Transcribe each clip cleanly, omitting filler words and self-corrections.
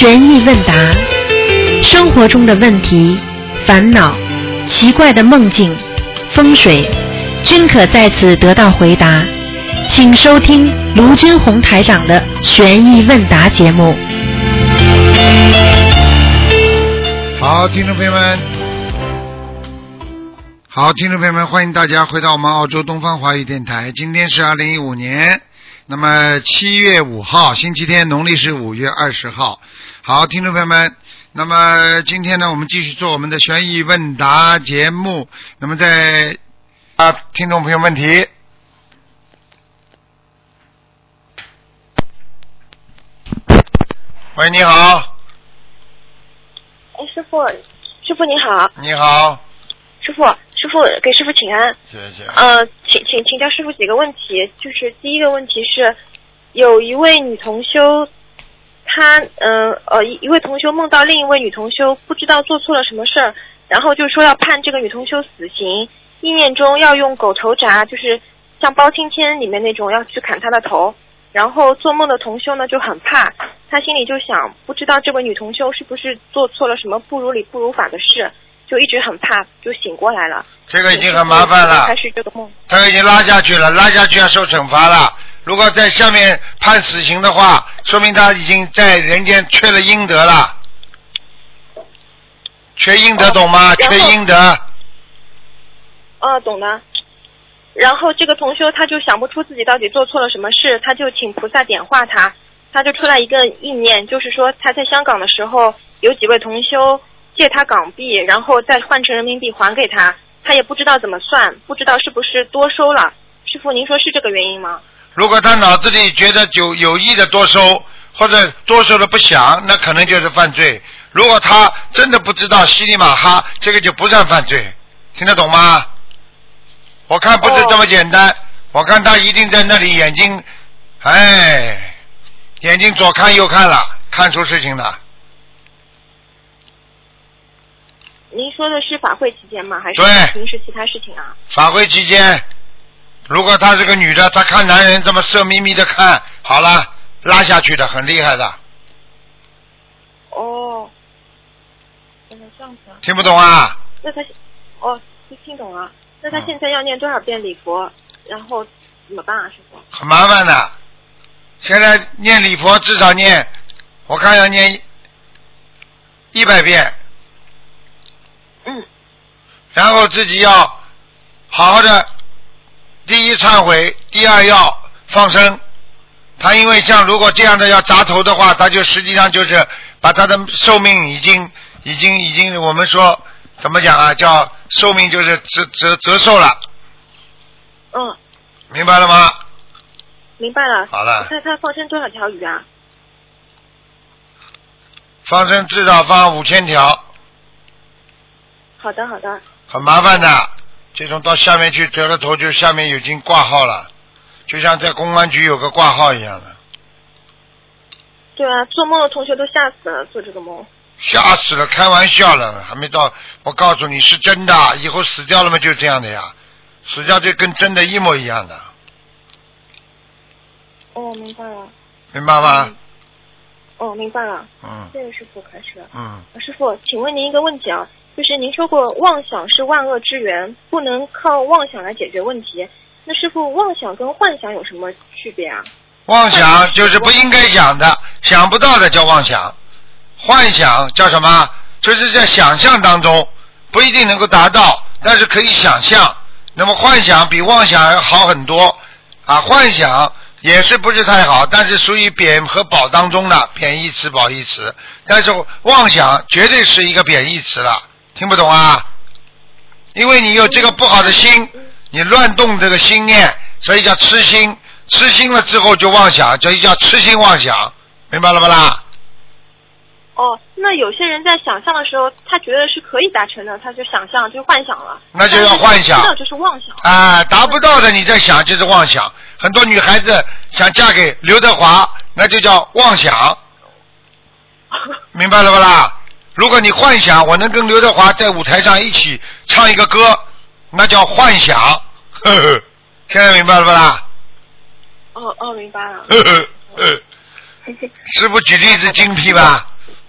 悬疑问答，生活中的问题、烦恼、奇怪的梦境、风水，均可在此得到回答。请收听卢军红台长的悬疑问答节目。 好，听众朋友们，欢迎大家回到我们澳洲东方华语电台。今天是2015年，那么7月5号，星期天，农历是5月20号。好，听众朋友们，那么今天呢，我们继续做我们的悬疑问答节目。那么在听众朋友问题。喂，你好。 哎，师傅你好。 你好。 师傅给师傅请安。 谢谢。 请教师傅几个问题，就是第一个问题是，有一位女同修，一位同修梦到另一位女同修不知道做错了什么事儿，然后就说要判这个女同修死刑，意念中要用狗头铡，就是像包青天里面那种要去砍她的头。然后做梦的同修呢就很怕，他心里就想，不知道这位女同修是不是做错了什么不如理不如法的事，就一直很怕，就醒过来了。 这个已经很麻烦了。 开始这个梦， 他已经拉下去了，拉下去要受惩罚了。如果在下面判死刑的话，说明他已经在人间缺了阴德了。缺阴德懂吗？缺阴德。 懂的。然后这个同修他就想不出自己到底做错了什么事，他就请菩萨点化他，他就出来一个意念，就是说他在香港的时候有几位同修借他港币，然后再换成人民币还给他，他也不知道怎么算，不知道是不是多收了。师父您说是这个原因吗？如果他脑子里觉得有意的多收，或者多收的不想，那可能就是犯罪。如果他真的不知道稀里马哈，这个就不算犯罪。听得懂吗？我看不是这么简单，我看他一定在那里眼睛左看右看了，看出事情了。 您说的是法会期间吗？还是平时其他事情啊？ 法会期间，如果她是个女的，她看男人这么色眯眯的看，好了，拉下去的，很厉害的。 哦，原来这样子啊。 听不懂啊？ 那他听懂了。那他现在要念多少遍礼佛，然后怎么办啊，师傅？ 很麻烦的，现在念礼佛至少念，我看要念100遍。然后自己要好好的，第一忏悔，第二要放生。他因为像如果这样的要砸头的话，他就实际上就是把他的寿命已经我们说怎么讲啊，叫寿命就是折寿了。明白了吗？ 明白了。 好了。 他放生多少条鱼啊？ 放生至少放5000条。 好的。 很麻烦的，这种到下面去折了头，就下面已经挂号了，就像在公安局有个挂号一样的。 对啊，做梦的同学都吓死了，做这个梦。 吓死了，开玩笑了，还没到。我告诉你是真的，以后死掉了嘛，就这样的呀，死掉就跟真的一模一样的。 明白了。 明白吗？ 明白了。谢谢师傅开始。师傅， 请问您一个问题啊，就是您说过妄想是万恶之源，不能靠妄想来解决问题。那师傅，妄想跟幻想有什么区别啊？ 妄想就是不应该想的，想不到的叫妄想。幻想叫什么？就是在想象当中，不一定能够达到，但是可以想象。那么幻想比妄想要好很多啊！幻想也是不是太好，但是属于贬和褒当中的贬义词、褒义词。但是妄想绝对是一个贬义词了，听不懂啊？因为你有这个不好的心，你乱动这个心念，所以叫痴心。痴心了之后就妄想，所以叫痴心妄想，明白了不啦？ 那有些人在想象的时候，他觉得是可以达成的，他就想象，就幻想了。 那就要幻想。 知道这是妄想。 达不到的你在想就是妄想。很多女孩子想嫁给刘德华，那就叫妄想。明白了不啦？如果你幻想我能跟刘德华在舞台上一起唱一个歌，那叫幻想。现在明白了不啦？ 明白了。 师父举例子精辟吧？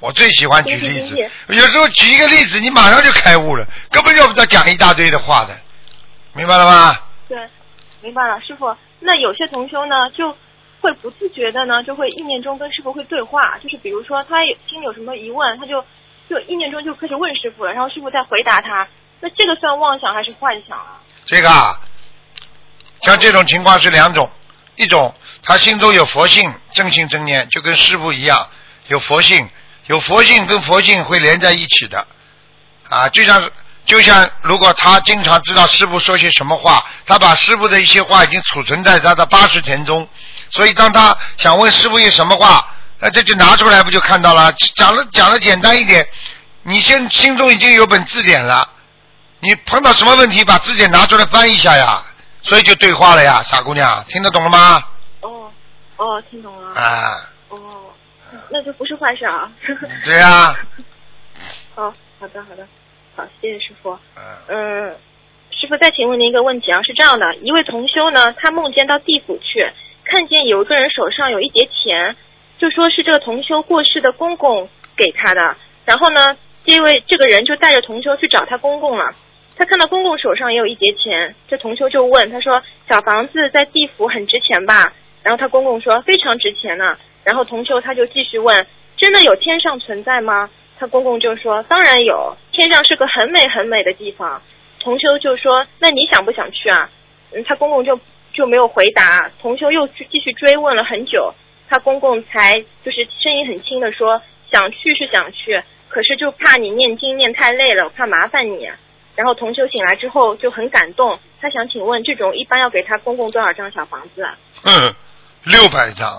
我最喜欢举例子经济， 有时候举一个例子，你马上就开悟了，根本就不知道讲一大堆的话的，明白了吗？ 对，明白了，师傅。那有些同修呢，就会不自觉的呢，就会意念中跟师傅会对话，就是比如说他心里有什么疑问，他就意念中就开始问师傅了，然后师傅再回答他。那这个算妄想还是幻想啊？ 这个啊，像这种情况是两种，一种他心中有佛性，正信正念，就跟师傅一样有佛性，有佛性跟佛性会连在一起的啊，就像如果他经常知道师傅说些什么话，他把师傅的一些话已经储存在他的80田中，所以当他想问师傅有什么话，那这就拿出来不就看到了？讲的简单一点，你心中已经有本字典了，你碰到什么问题把字典拿出来翻一下呀，所以就对话了呀，傻姑娘，听得懂了吗？ 哦，听懂了。 啊。 哦，那就不是坏事啊。 对呀。 好的，好，谢谢师傅。师傅再请问您一个问题啊，是这样的，一位同修呢，他梦见到地府去，看见有一个人手上有一叠钱，就说是这个同修过世的公公给他的，然后呢，这个人就带着同修去找他公公了。他看到公公手上也有一叠钱，这同修就问他说：“小房子在地府很值钱吧？”然后他公公说：“非常值钱呢。”然后同修他就继续问：“真的有天上存在吗？”他公公就说：“当然有，天上是个很美很美的地方。”同修就说：“那你想不想去啊？”他公公就没有回答。同修又继续追问了很久，他公公才就是声音很轻的说：“想去是想去，可是就怕你念经念太累了，怕麻烦你。”然后同修醒来之后就很感动，他想请问这种一般要给他公公多少张小房子啊 ？600张。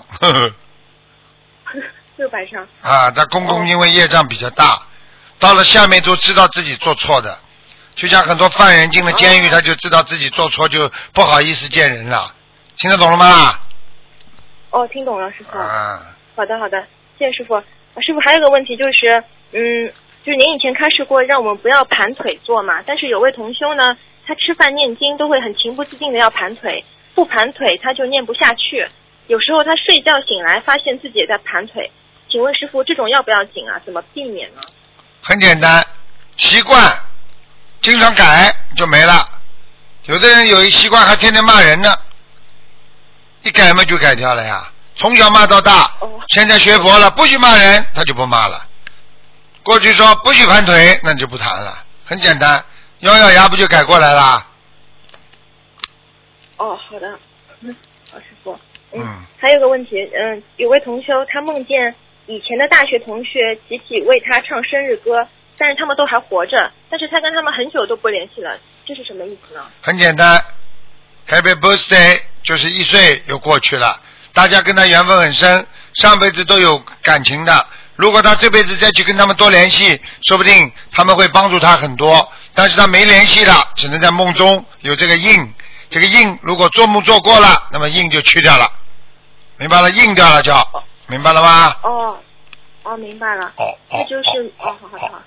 600张。 啊，他公公因为业障比较大，到了下面都知道自己做错的，就像很多犯人进了监狱，他就知道自己做错，就不好意思见人了。听得懂了吗？ 听懂了，师傅。好的，谢谢师傅。师傅还有个问题就是，就是您以前开示过让我们不要盘腿坐嘛，但是有位同修呢，他吃饭念经都会很情不自禁的要盘腿，不盘腿他就念不下去，有时候他睡觉醒来发现自己也在盘腿，请问师傅这种要不要紧啊？怎么避免呢？ 很简单，习惯经常改就没了。有的人有一习惯还天天骂人呢，一改嘛就改掉了呀，从小骂到大，现在学佛了不许骂人他就不骂了，过去说不许盘腿那就不谈了，很简单，咬咬牙不就改过来了。 好的，好，师傅。还有个问题，有位同修他梦见以前的大学同学集体为他唱生日歌，但是他们都还活着，但是他跟他们很久都不联系了，这是什么意思呢？ 很简单 Happy birthday 就是1岁又过去了，大家跟他缘分很深，上辈子都有感情的，如果他这辈子再去跟他们多联系，说不定他们会帮助他很多，但是他没联系了，只能在梦中有这个印，这个印如果做梦做过了，那么印就去掉了，明白了，印掉了就明白了吗？ 明白了。这就是好。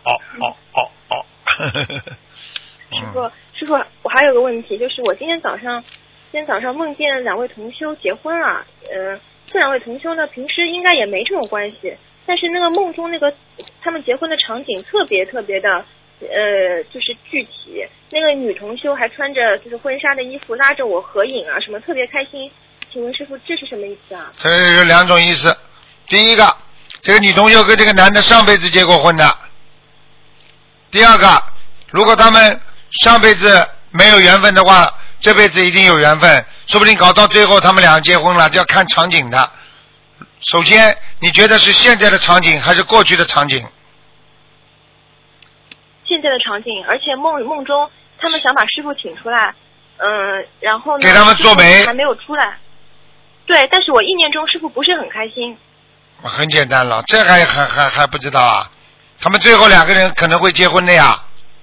师傅，我还有个问题，就是我今天早上梦见2位同修结婚了，这2位同修呢平时应该也没这种关系，但是那个梦中那个他们结婚的场景特别的就是具体，那个女同修还穿着就是婚纱的衣服拉着我合影啊什么，特别开心，请问师傅这是什么意思啊？ 这有2种意思，第一个这个女同修跟这个男的上辈子结过婚的，第二个如果他们上辈子没有缘分的话，这辈子一定有缘分，说不定搞到最后他们俩结婚了，就要看场景的。首先你觉得是现在的场景还是过去的场景？ 现在的场景，而且梦中他们想把师傅请出来，然后呢给他们做媒还没有出来，对，但是我意念中师傅不是很开心。 很简单了，这还不知道啊？他们最后2个人可能会结婚的呀。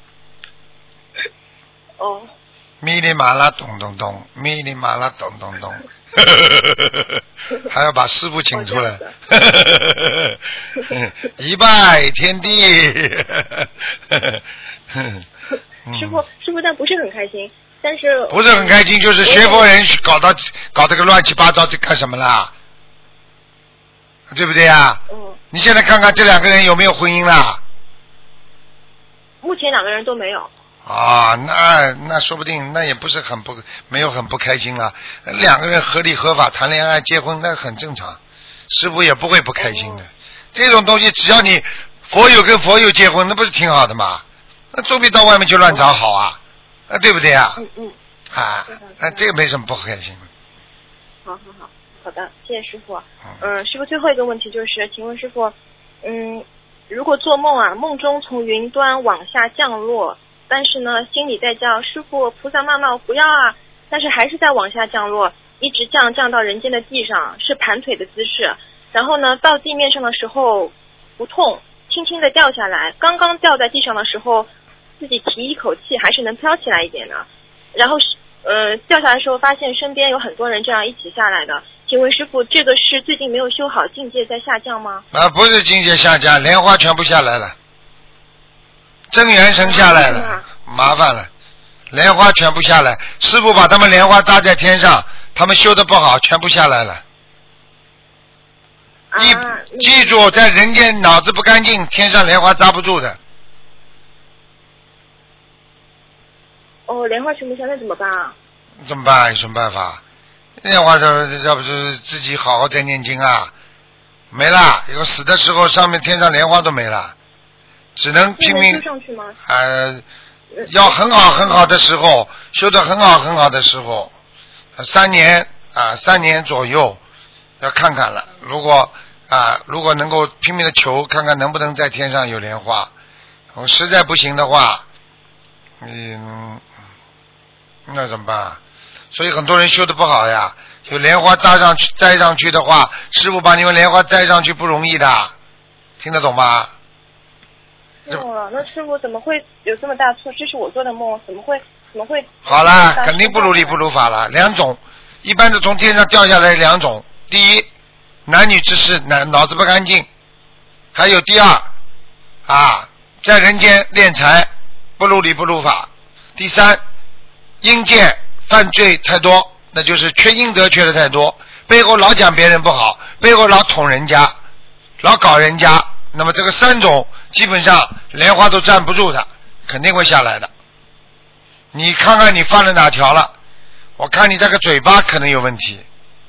咪哩嘛啦咚咚咚，咪哩嘛啦咚咚咚，还要把师傅请出来，一拜天地。 师傅但不是很开心，但是不是很开心，就是学佛人搞这个乱七八糟，这干什么啦？ 对不对呀？你现在看看这两个人有没有婚姻啦？ 目前两个人都没有。 啊，那说不定那也不是没有很不开心啊。两个人合理合法谈恋爱结婚那很正常，师傅也不会不开心的。这种东西只要你佛友跟佛友结婚，那不是挺好的吗？那总比到外面去乱找好啊，对不对啊？这个没什么不开心的。 好的，谢谢师傅。师傅最后一个问题就是，请问师傅，如果做梦啊，梦中从云端往下降落，但是呢，心里在叫师傅菩萨妈妈我不要啊，但是还是在往下降落，一直降到人间的地上，是盘腿的姿势。然后呢，到地面上的时候不痛，轻轻的掉下来。刚刚掉在地上的时候，自己提一口气，还是能飘起来一点的。然后掉下来的时候，发现身边有很多人这样一起下来的。请问师傅，这个是最近没有修好境界在下降吗？ 不是境界下降，莲花全部下来了，真元神下来了，麻烦了，莲花全部下来，师傅把他们莲花搭在天上，他们修得不好，全部下来了。记住，在人间脑子不干净，天上莲花扎不住的。 莲花全部下来怎么办啊？ 怎么办？有什么办法？莲花要不是自己好好在念经啊，没了。有死的时候，上面天上莲花都没了，只能拼命。 修上去吗？ 要很好很好的时候，修得很好很好的时候，3年左右，要看看了。如果能够拼命的求，看看能不能在天上有莲花。我实在不行的话，那怎么办？所以很多人修得不好呀。有莲花栽上去的话，师傅把你们莲花栽上去不容易的，听得懂吗？ 那师傅怎么会有这么大错？这是我做的梦，怎么会？ 好了，肯定不如理不如法了。2种，一般的从天上掉下来2种。第一，男女之事，脑子不干净；还有第二，在人间敛财，不如理不如法。第三，阴间犯罪太多，那就是缺阴德缺的太多，背后老讲别人不好，背后老捅人家，老搞人家。那么这个3种基本上莲花都站不住的，肯定会下来的。你看看你犯了哪条了？我看你这个嘴巴可能有问题。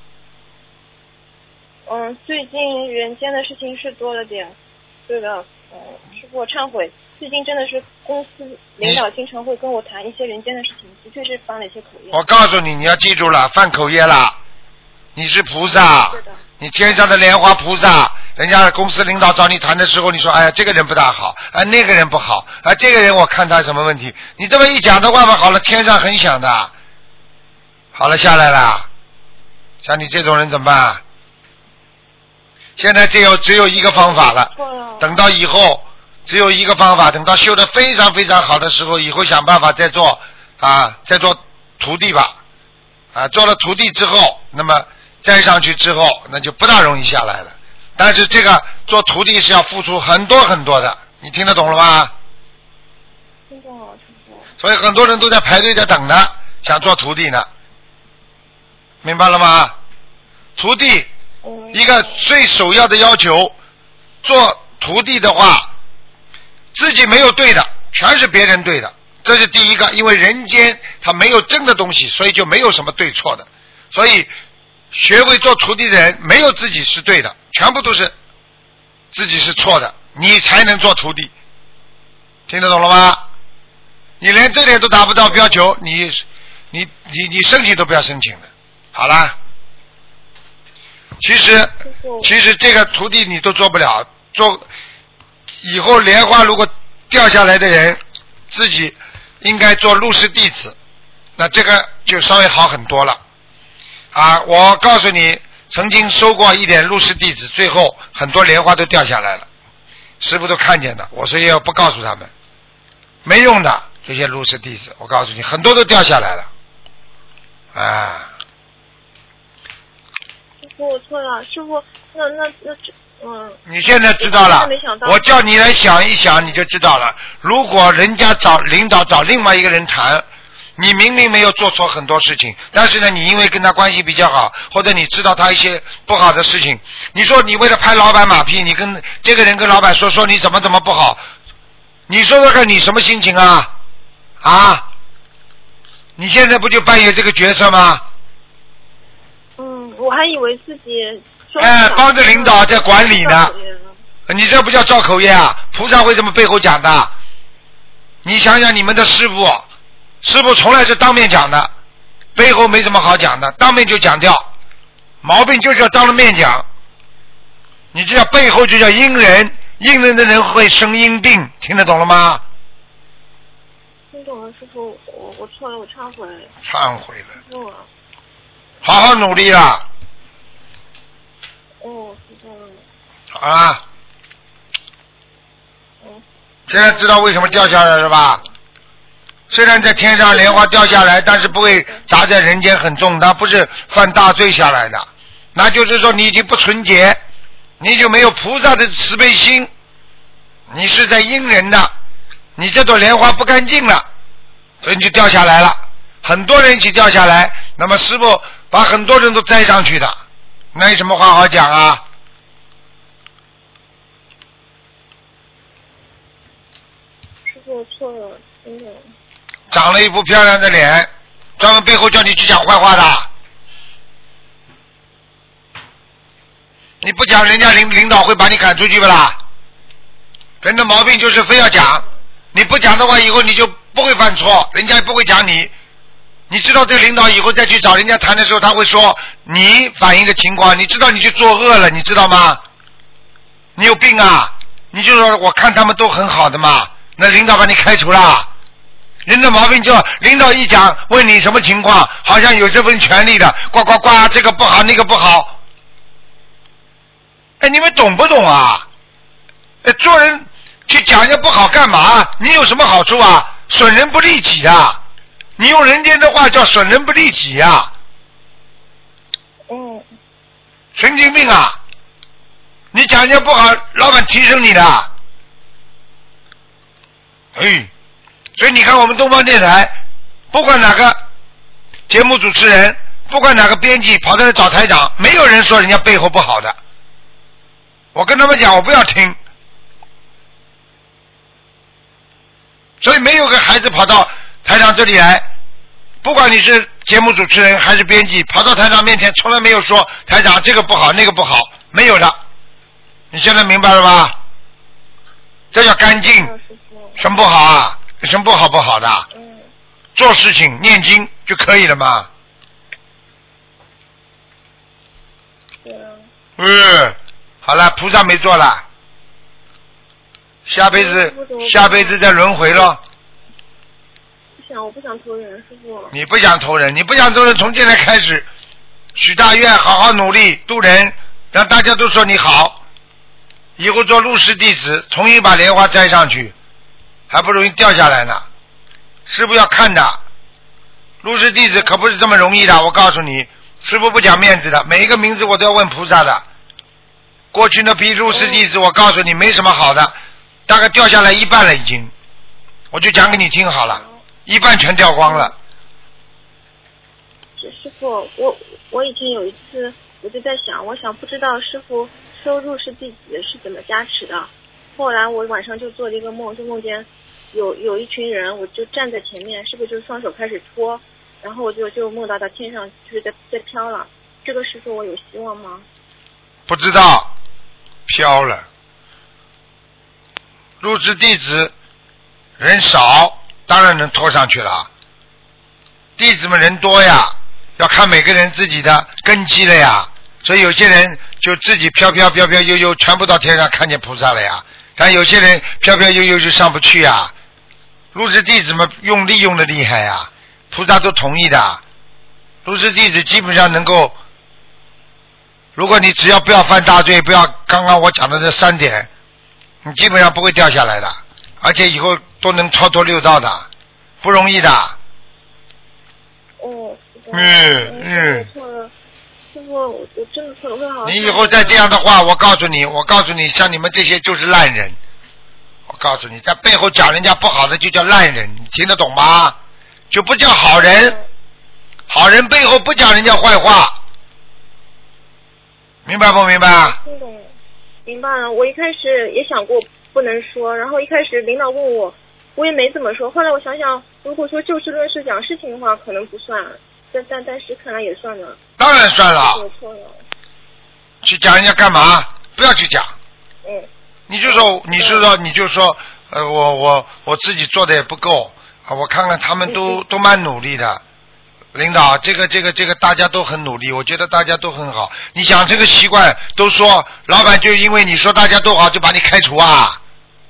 最近人间的事情是多了点，对的，师傅我忏悔。最近真的是公司领导经常会跟我谈一些人间的事情，的确是犯了一些口业。 我告诉你，你要记住了，犯口业了。你是菩萨，你天上的莲花菩萨，人家公司领导找你谈的时候，你说哎呀这个人不大好，那个人不好，这个人我看他什么问题，你这么一讲的话嘛，好了，天上很响的，好了下来了，像你这种人怎么办？现在只有一个方法了，等到以后只有一个方法，等到修得非常非常好的时候，以后想办法再做徒弟吧，做了徒弟之后，那么再上去之后，那就不大容易下来了。但是这个做徒弟是要付出很多很多的，你听得懂了吗？ 听懂了，听懂了。 所以很多人都在排队在等呢，想做徒弟呢，明白了吗？徒弟一个最首要的要求，做徒弟的话，自己没有对的，全是别人对的，这是第一个。因为人间它没有真的东西，所以就没有什么对错的。所以学会做徒弟的人，没有自己是对的，全部都是自己是错的，你才能做徒弟。听得懂了吗？你连这点都达不到要求，你申请都不要申请的。好啦，其实这个徒弟你都做不了，以后莲花如果掉下来的人，自己应该做入室弟子，那这个就稍微好很多了。我告诉你，曾经收过一点入室弟子，最后很多莲花都掉下来了，师父都看见的，我所以要不告诉他们，没用的这些入室弟子，我告诉你，很多都掉下来了。 师父，我错了，师父， 你现在知道了，我叫你来想一想，你就知道了。如果人家领导找另外一个人谈， 你明明没有做错很多事情，但是呢，你因为跟他关系比较好，或者你知道他一些不好的事情，你说你为了拍老板马屁，你跟这个人跟老板说你怎么不好，你说说看你什么心情啊？啊？你现在不就扮演这个角色吗？ 我还以为自己帮着领导在管理呢。你这不叫造口业啊？菩萨为什么背后讲的？你想想你们的师父从来是当面讲的，背后没什么好讲的，当面就讲掉，毛病就是要当着面讲。你这叫背后就叫阴人，阴人的人会生阴病，听得懂了吗？ 听懂了，师傅，我错了，我忏悔。 忏悔了。 师傅。 好好努力啦。 师傅。 好啦。现在知道为什么掉下来了吧？虽然在天上莲花掉下来，但是不会砸在人间很重，它不是犯大罪下来的，那就是说你已经不纯洁，你就没有菩萨的慈悲心，你是在阴人的，你这朵莲花不干净了，所以你就掉下来了。很多人一起掉下来，那么师父把很多人都栽上去的，那有什么话好讲啊？ 师父，我错了，真的。 长了一副漂亮的脸，专门背后叫你去讲坏话的。你不讲，人家领导会把你赶出去不啦？人的毛病就是非要讲，你不讲的话，以后你就不会犯错，人家也不会讲你。你知道这个领导以后再去找人家谈的时候，他会说你反映的情况，你知道你去作恶了，你知道吗？你有病啊！你就说我看他们都很好的嘛，那领导把你开除了。人的毛病就领导一讲，问你什么情况，好像有这份权利的，呱呱呱，这个不好那个不好。哎，你们懂不懂啊？做人去讲人家不好干嘛？你有什么好处啊？损人不利己啊！你用人间的话叫损人不利己啊！神经病啊！你讲人家不好，老板提升你的。所以你看我们东方电台，不管哪个节目主持人，不管哪个编辑跑到来找台长，没有人说人家背后不好的。我跟他们讲，我不要听。所以没有个孩子跑到台长这里来，不管你是节目主持人还是编辑，跑到台长面前从来没有说台长这个不好那个不好，没有的。你现在明白了吧？这叫干净。什么不好啊？有什么不好的？做事情念经就可以了嘛。好了，菩萨没做了，下辈子再轮回咯。 我不想投人，师傅。 你不想投人，从现在开始许大愿，好好努力度人，让大家都说你好，以后做入室弟子，重新把莲花摘上去，还不容易掉下来呢。师父要看的，入室弟子可不是这么容易的，我告诉你，师父不讲面子的，每一个名字我都要问菩萨的。过去那批入室弟子，我告诉你没什么好的，大概掉下来一半了已经，我就讲给你听好了，一半全掉光了。 师父，我以前有一次我就在想，不知道师父收入室弟子是怎么加持的。后来我晚上就做了一个梦，就梦见有一群人，我就站在前面，师父就双手开始托，然后我就梦到天上就是在飘了。这个师父我有希望吗？ 不知道，飘了。入室弟子人少，当然能拖上去了。弟子们人多呀，要看每个人自己的根基了呀。所以有些人就自己飘飘悠悠，全部到天上看见菩萨了呀。但有些人飘飘悠悠就上不去呀。入室弟子们用的厉害呀，菩萨都同意的。入室弟子基本上能够，如果你只要不要犯大罪，不要刚刚我讲的这3点，你基本上不会掉下来的，而且以后都能超脱六道的，不容易的。 错了，师父，我真的错了，会好好。 你以后再这样的话，我告诉你，像你们这些就是烂人。我告诉你，在背后讲人家不好的就叫烂人，你听得懂吗？ 就不叫好人。好人背后不讲人家坏话，明白不明白？ 听懂了，明白了。我一开始也想过不能说，然后一开始领导问我，我也没怎么说。后来我想想，如果说就事论事讲事情的话，可能不算，但是看来也算了。 当然算了。 我错了。 去讲人家干嘛？不要去讲。你就说，你就说，我自己做的也不够啊，我看看他们都蛮努力的。领导，这个大家都很努力，我觉得大家都很好。你想这个习惯，都说老板就因为你说大家都好就把你开除啊？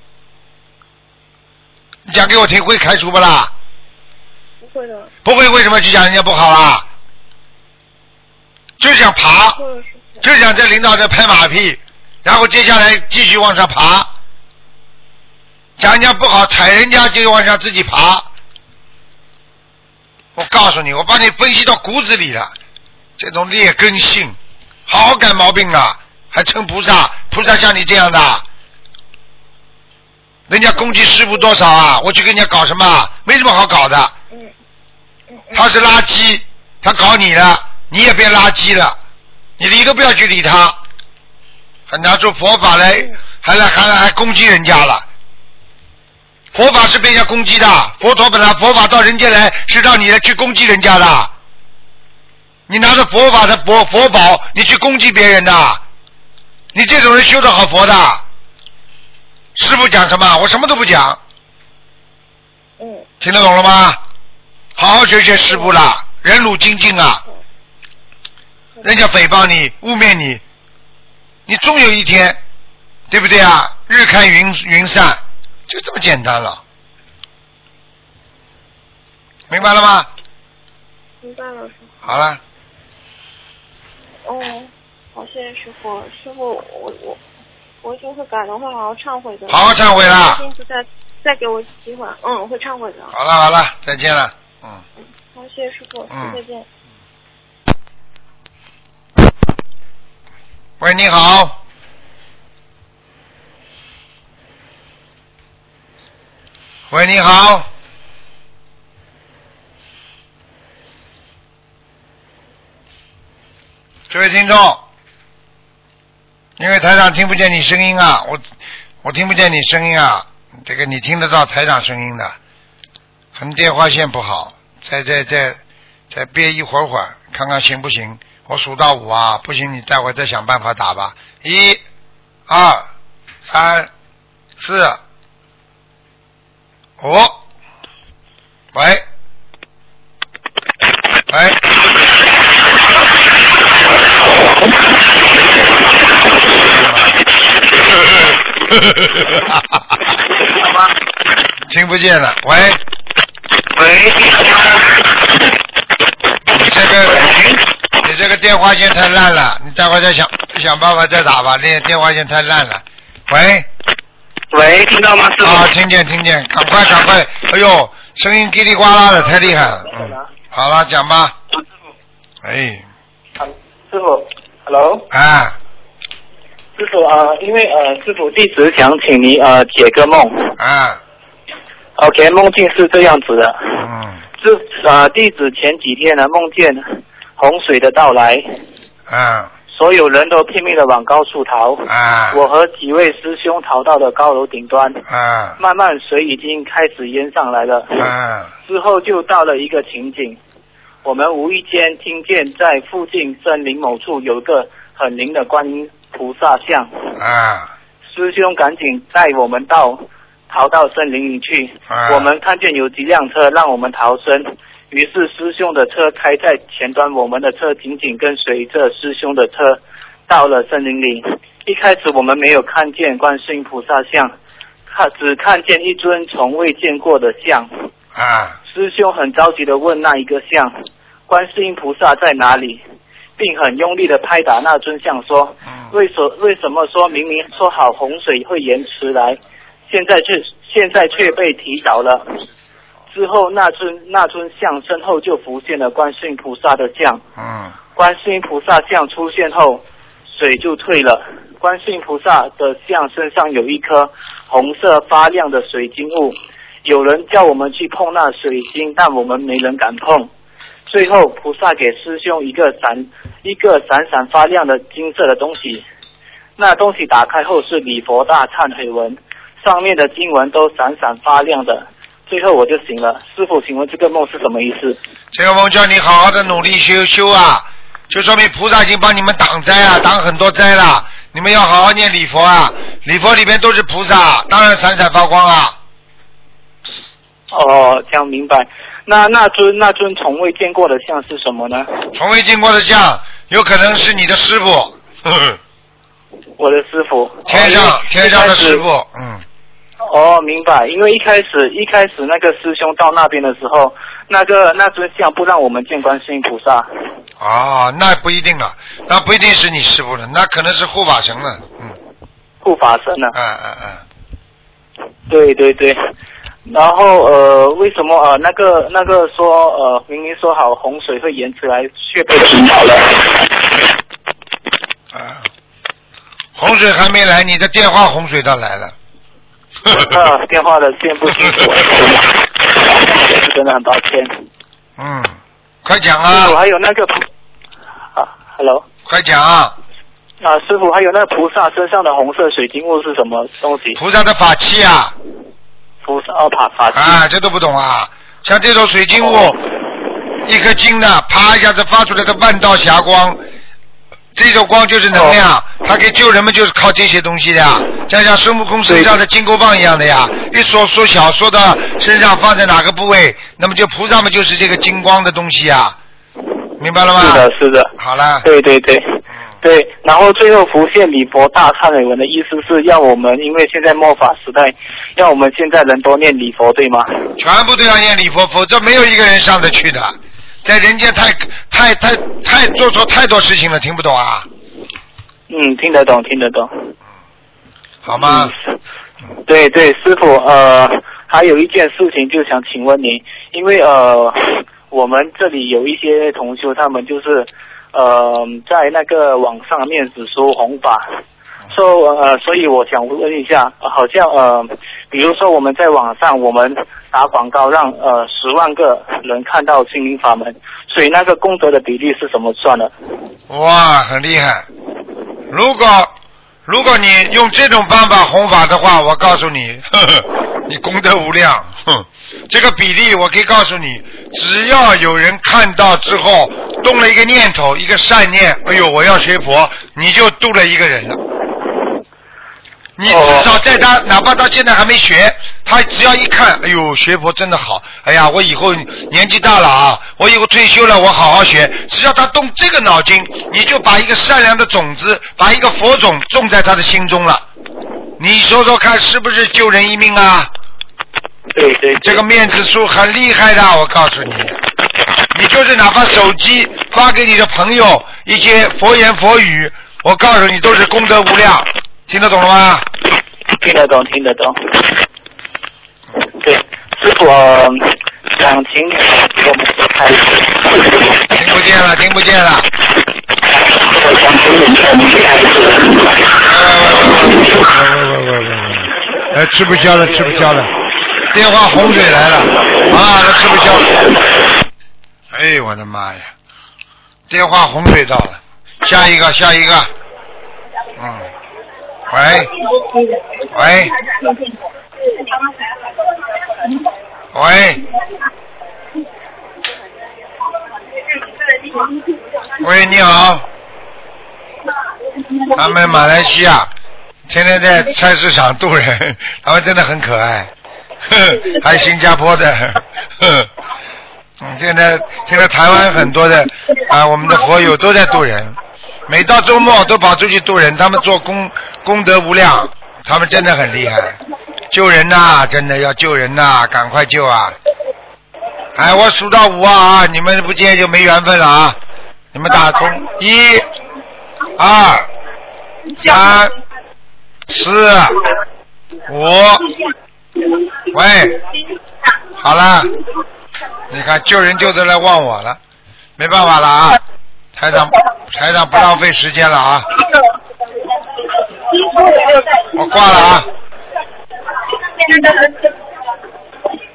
你讲给我听，会开除不啦？ 不会的。不会，为什么去讲人家不好啦？就是想爬，就是想在领导这拍马屁，然后接下来继续往上爬，讲人家不好，踩人家就往上自己爬。我告诉你，我把你分析到骨子里了，这种劣根性，好好改毛病啊！还称菩萨？菩萨像你这样的，人家攻击师傅多少啊？我去跟人家搞什么？没什么好搞的。他是垃圾，他搞你了，你也变垃圾了，你理都不要去理他，还拿出佛法来，还攻击人家了。佛法是被人家攻击的，佛法到人间来是让你去攻击人家的，你拿着佛法的佛宝，你去攻击别人的，你这种人修得好佛的。师父讲什么，我什么都不讲。听得懂了吗？好好学学师父啦，忍辱精进啊！人家诽谤你、污蔑你，你终有一天，对不对啊？日看云散。就这么简单了，明白了吗？ 明白了，师傅。 好了。 好，谢谢师傅。师傅，我已经会改的，会好好忏悔的。 好好忏悔了。 再给我机会，我会忏悔的。 好了，再见了。 好，谢谢师傅，再见。 喂，你好。喂，你好。这位听众，因为台长听不见你声音啊，我听不见你声音啊，这个你听得到台长声音的，可能电话线不好，再憋一会儿，看看行不行？我数到5啊，不行你待会再想办法打吧。1、2、3、4、5。喂。听不见了，喂。你这个电话线太烂了，你待会再想办法再打吧，电话线太烂了。 喂，听到吗？师傅。 啊，听见，赶快！哎呦，声音叽里呱啦的，太厉害了。好了，讲吧。哎。 师傅 ，Hello。师傅因为师傅弟子想请你解个梦。OK， 梦境是这样子的。弟子前几天呢梦见洪水的到来。所有人都拼命的往高处逃。我和几位师兄逃到了高楼顶端。慢慢水已经开始淹上来了。之后就到了一个情景，我们无意间听见在附近森林某处有个很灵的观音菩萨像。师兄赶紧带我们逃到森林里去。我们看见有几辆车让我们逃生，于是师兄的车开在前端，我们的车紧紧跟随着师兄的车到了森林里。一开始我们没有看见观世音菩萨像，只看见一尊从未见过的像。师兄很着急地问那一个像，观世音菩萨在哪里，并很用力地拍打那尊像说，为什么说明明说好洪水会延迟来，现在却被提早了。之后那尊像身后就浮现了观世音菩萨的像。观世音菩萨像出现后，水就退了。观世音菩萨的像身上有一颗红色发亮的水晶物， 有人叫我们去碰那水晶，但我们没人敢碰。最后菩萨给师兄一个闪闪发亮的金色的东西，那东西打开后是礼佛大忏悔文，上面的经文都闪闪发亮的。最后我就醒了。师父，请问这个梦是什么意思？ 这个梦叫你好好的努力修啊，就说明菩萨已经帮你们挡灾啊，挡很多灾了。你们要好好念礼佛啊，礼佛里面都是菩萨，当然闪闪发光啊。 哦，这样明白。那尊从未见过的像是什么呢？ 从未见过的像，有可能是你的师父。 我的师父。 天上的师父， 哦，明白。因为一开始那个师兄到那边的时候，那尊像不让我们见观世音菩萨。 哦，那不一定了，那不一定是你师父了，那可能是护法神了， 护法神了。对。然后为什么那个说明明说好洪水会延迟来，却被停好了？ 洪水还没来，你的电话洪水倒来了。 电话的线不清楚，真的很抱歉。 快讲啊！ 师傅，还有那个，Hello， 快讲啊！ 师傅，还有那个菩萨身上的红色水晶物是什么东西？ 菩萨的法器啊！ 菩萨法器啊，这都不懂啊！像这种水晶物，一颗金的，啪一下子发出来的万道霞光，这种光就是能量，它可以救人们，就是靠这些东西的呀。像孙悟空身上的金箍棒一样的呀，一缩小，缩到身上放在哪个部位，那么就菩萨们就是这个金光的东西啊，明白了吗？ 是的。 好了。 对，然后最后浮现礼佛大忏悔文的意思是要我们，因为现在末法时代，要我们现在人多念礼佛，对吗？ 全部都要念礼佛，否则没有一个人上得去的。在人间太做错太多事情了，听不懂啊？ 听得懂。 好吗？ 对，师父，还有一件事情就想请问您，因为我们这里有一些同修，他们就是在那个网上面只说弘法，所以我想问一下，好像比如说我们在网上我们打广告让10万个人看到心灵法门，所以那个功德的比例是怎么算的？ 哇，很厉害！如果你用这种方法弘法的话，我告诉你，你功德无量。这个比例我可以告诉你，只要有人看到之后动了一个念头，一个善念，哎呦，我要学佛，你就度了一个人了。你至少在他哪怕他现在还没学，他只要一看，哎呦，学佛真的好，哎呀，我以后年纪大了啊，我以后退休了，我好好学。只要他动这个脑筋，你就把一个善良的种子，把一个佛种种在他的心中了。你说说看，是不是救人一命啊？ 对， 这个面子书很厉害的，我告诉你，你就是哪怕手机发给你的朋友一些佛言佛语，我告诉你都是功德无量。听得懂了吗？ 听得懂。对，师傅，想请我们开始。 听不见了。吃不消了，电话洪水来了啊！他吃不消了。哎，我的妈呀！电话洪水到了，下一个。喂，你好，他们马来西亚天天在菜市场渡人，他们真的很可爱，还有新加坡的，现在台湾很多的我们的佛友都在渡人。每到周末都跑出去渡人，他们做功德无量，他们真的很厉害，救人呐，真的要救人呐，赶快救啊！哎，我数到5啊，你们不接就没缘分了啊！你们打通1、2、3、4、5，喂，好了，你看救人救得来忘我了，没办法了啊！台长不浪费时间了啊！我挂了啊！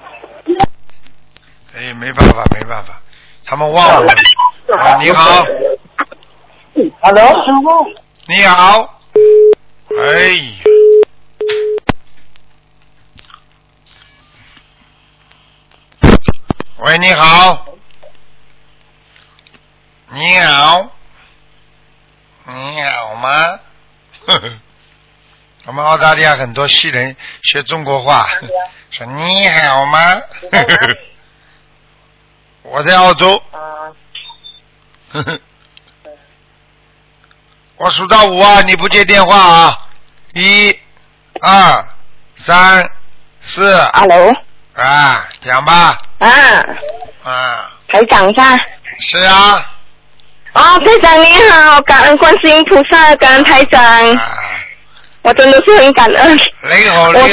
哎，没办法，他们忘了。你好 ，Hello， 你好，哎。喂，你好，你好，你好吗？呵呵，我们澳大利亚很多西人学中国话，说你好吗？呵呵，我在澳洲。呵呵，我数到5啊，你不接电话啊！1、2、3、4。 Hello。 啊，讲吧。 台长噻。 是啊。 台长你好，感恩观世音菩萨，感恩台长。我真的是很感恩。我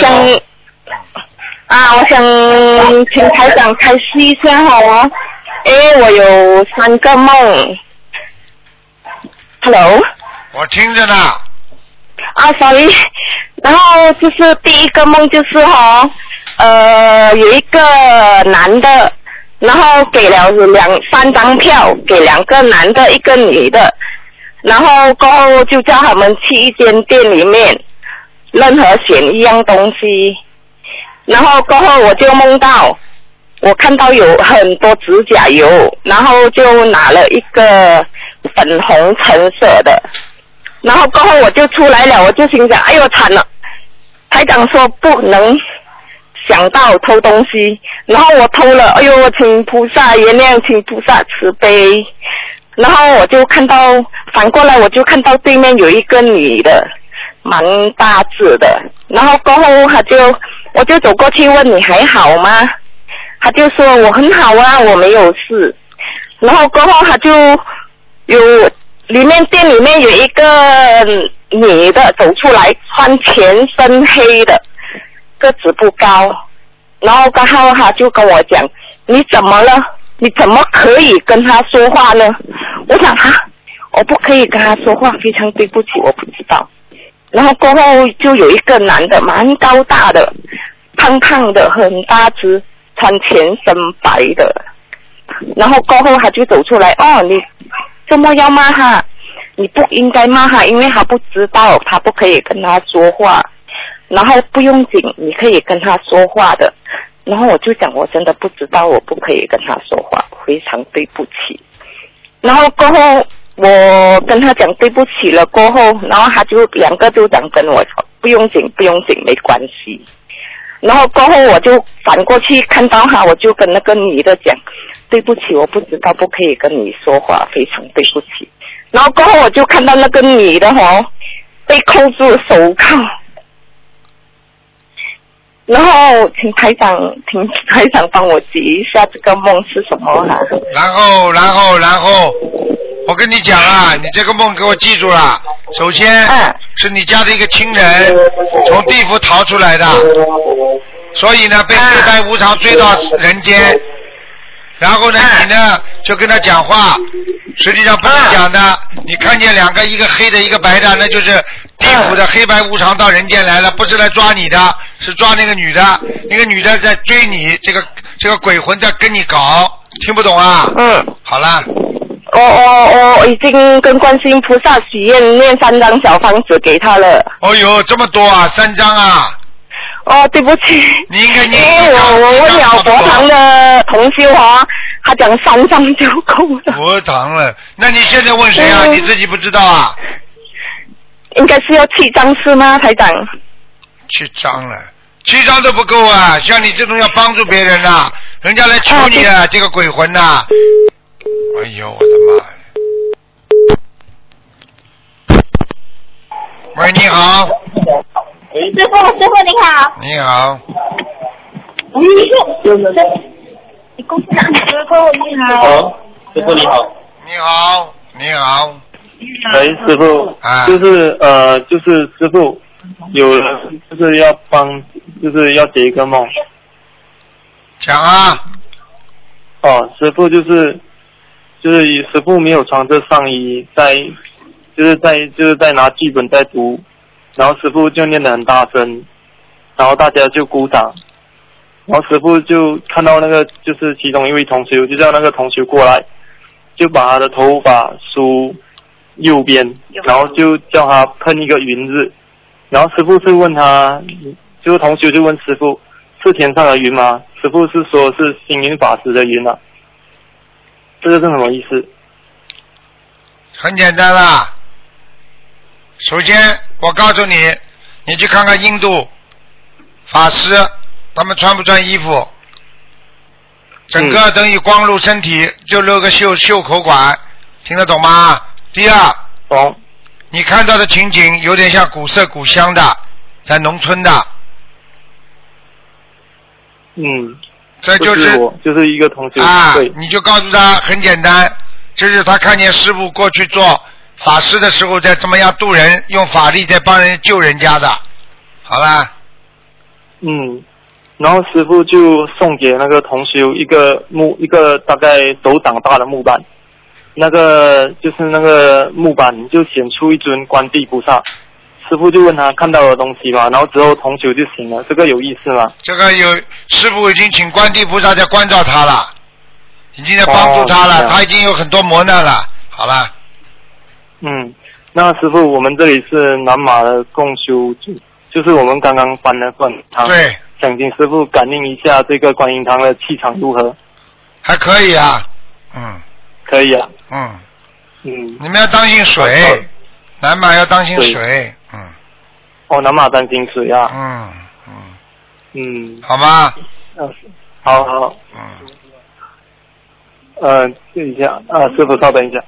想请台长开示一下哦，因为我有3个梦。Hello。 我听着呢。 sorry。然后就是第一个梦就是有一个男的，然后给了3张票，给2个男的，1个女的，然后过后就叫他们去一间店里面，任何选一样东西，然后过后我就梦到，我看到有很多指甲油，然后就拿了一个粉红橙色的，然后过后我就出来了，我就心想，哎呦惨了，台长说不能想到偷东西，然后我偷了，哎呦，请菩萨原谅，请菩萨慈悲。然后我就看到反过来，我就看到对面有一个女的，蛮大只的，然后过后我就走过去问你还好吗？他就说我很好啊，我没有事。然后过后他就有店里面有一个女的走出来，穿全身黑的，个子不高，然后刚好他就跟我讲，你怎么了？你怎么可以跟他说话呢？我想我不可以跟他说话，非常对不起，我不知道。然后过后就有一个男的，蛮高大的，胖胖的，很大只，穿全身白的。然后过后他就走出来，你怎么要骂他？你不应该骂他，因为他不知道，他不可以跟他说话。然后不用紧，你可以跟他说话的。然后我就讲，我真的不知道，我不可以跟他说话，非常对不起。然后过后我跟他讲对不起了过后，然后他就2个就讲跟我说不用紧，没关系。然后过后我就反过去看到他，我就跟那个女的讲对不起，我不知道，不可以跟你说话，非常对不起。然后过后我就看到那个女的被扣住手铐。然后请台长帮我解一下这个梦是什么啊？ 然后我跟你讲啊，你这个梦给我记住了。首先是你家的一个亲人从地府逃出来的，所以呢被黑白无常追到人间，然后呢你呢就跟他讲话，实际上不是讲的，你看见2个，一个黑的一个白的，那就是地府的黑白无常到人间来了，不是来抓你的，是抓那个女的，那个女的在追你，这个鬼魂在跟你搞，听不懂啊？好了。 我已经跟观世音菩萨许愿，念3张小房子给他了。 哦哟，这么多啊，3张啊！ 对不起， 你应该念 1张。我问了佛堂的同修他讲3张就够了。 佛堂了，那你现在问谁啊？你自己不知道啊？ 应该是要7张是吗，台长 ？7张了，7张都不够啊！像你这种要帮助别人啊，人家来求你啊，这个鬼魂呐！哎呦，我的妈呀！喂，你好。 师傅你好。 你好。 你公司哪里？师傅你好。 师傅你好。 你好。 喂，师傅。就是师傅，有人就是要解一个梦。 讲啊。 师傅就是师傅没有穿着上衣，在拿剧本在读，然后师傅就念得很大声，然后大家就鼓掌， 然后师父就看到那个就是其中一位同修，就叫那个同修过来，就把他的头发梳右边，然后就叫他喷一个云字，然后师父是问他，就是同修就问师父是天上的云吗？师父是说是星云法师的云啊，这个是什么意思？ 很简单啦，首先我告诉你，你去看看印度法师他们穿不穿衣服，整个等于光露身体，就露个袖口管，听得懂吗？第二， 懂。 你看到的情景有点像古色古香的，在农村的。这就是一个同学啊，你就告诉他很简单，这是他看见师父过去做法师的时候在怎么样渡人，用法力在帮人救人家的。好啦。 然后师父就送给那个同修一个大概手掌大的木板，那个就是那个木板就显出一尊观地菩萨。师父就问他看到的东西嘛，然后之后同修就醒了，这个有意思吗？ 这个师父已经请观地菩萨在关照他了，已经在帮助他了，他已经有很多磨难了。好了。 那师父，我们这里是南马的共修组，就是我们刚刚搬了观音堂。对。想请师父感应一下这个观音堂的气场如何？ 还可以啊。 可以啊。 你们要当心水，南马要当心水。 南马担心水啊。 好吗？ 好。等一下师父稍等一下。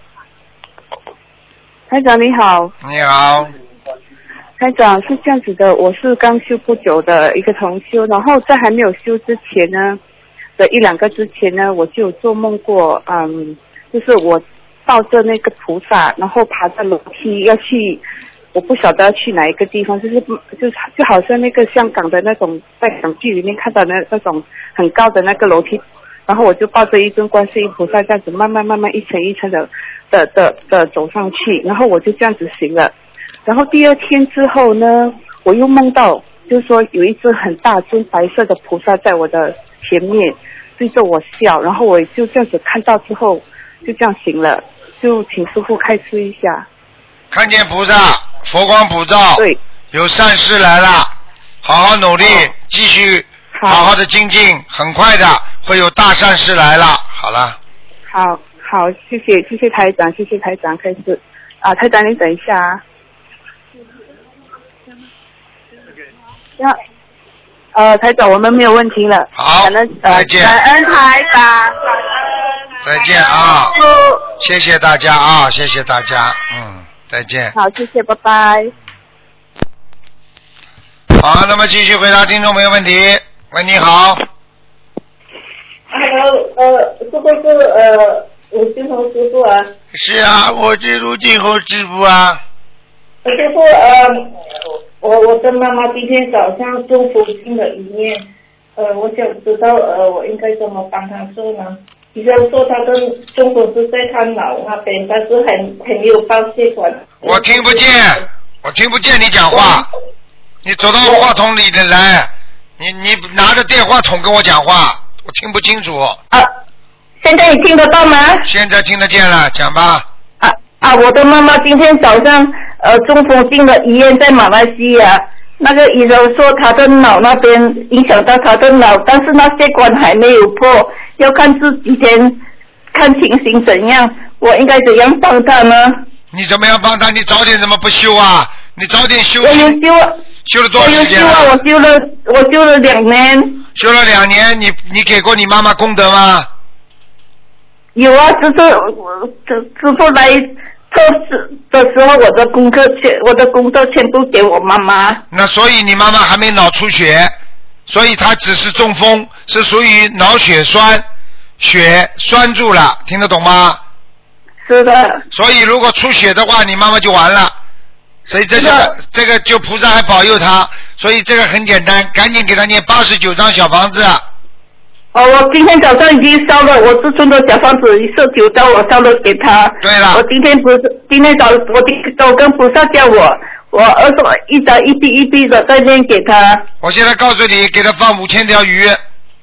台长你好。 你好。 台长是这样子的，我是刚修不久的一个同修，然后在还没有修之前呢的1-2个之前呢，我就有做梦过，就是我抱着那个菩萨，然后爬着楼梯要去，我不晓得要去哪一个地方，就好像那个香港的那种在港剧里面看到的那种很高的那个楼梯，然后我就抱着一尊观世音菩萨这样子慢慢一层一层的走上去，然后我就这样子行了。然后第2天之后呢，我又梦到就是说有一尊很大尊白色的菩萨在我的前面对着我笑，然后我就这样子看到之后就这样行了，就请师父开示一下。 看见菩萨佛光普照， 对， 有善事来了，好好努力，继续好好的精进，很快的会有大善事来了。好了。 好，谢谢台长，谢谢台长开示。台长你等一下啊。台长我们没有问题了。 好，再见。 感恩台长。 再见啊！谢谢大家啊，谢谢大家，再见。 好，谢谢，拜拜。 好，那么继续回答听众朋友问题。喂，你好。 Hello，是不是吴金红师傅啊？ 是啊，我是卢金红师傅啊。 师傅，我的妈妈今天早上中风进了医院，我想知道我应该怎么帮她做呢？医生说她的中风是在她脑那边，但是还没有爆血管。 我听不见你讲话，你走到话筒里的来，你拿着电话筒跟我讲话，我听不清楚。 现在你听得到吗？ 现在听得见了，讲吧。 我的妈妈今天早上中风进了医院，在马来西亚。那个医生说她的脑那边影响到她的脑，但是那血管还没有破，要看这几天看情形怎样，我应该怎样帮她呢？ 你怎么样帮她？你早点怎么不修啊？你早点修。我有修啊。 修了多少时间了？ 我修了2年。 修了2年，你给过你妈妈功德吗？ 有啊，师父来测试的时候，我的功课全部给我妈妈。 那所以你妈妈还没脑出血，所以她只是中风，是属于脑血栓，血栓住了，听得懂吗？ 是的。 所以如果出血的话，你妈妈就完了。所以这个就菩萨还保佑她，所以这个很简单，赶紧给她念89张小房子。 我今天早上已经烧了，我自尊的小房子19张，我烧了给他。 对了。 我今天我跟菩萨叫我一张一币的再念给他。 我现在告诉你，给他放5000条鱼。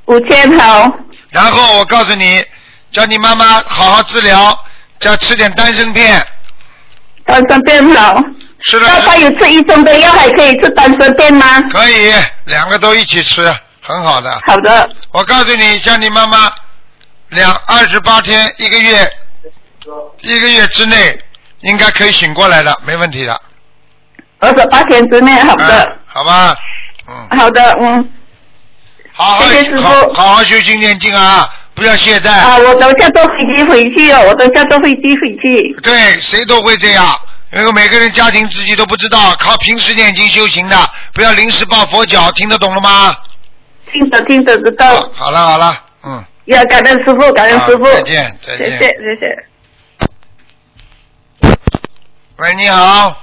5000好。 然后我告诉你，叫你妈妈好好治疗，叫吃点丹参片。 丹参片好。 是的。 那他有吃医生的药，还可以吃丹参片吗？ 可以，2个都一起吃，很好的。 好的。 我告诉你，像你妈妈28天1个月之内应该可以醒过来的，没问题的。 28天之内，好的。 好吧。 好的， 谢谢师傅。好好修心念经啊，不要懈怠。 啊，我等下坐飞机回去哦， 对，谁都会这样。因为每个人家庭自己都不知道，靠平时念经修行的，不要临时抱佛脚，听得懂了吗？ 听得知道。 好了， 要感恩师傅， 再见。 谢谢。 喂，你好。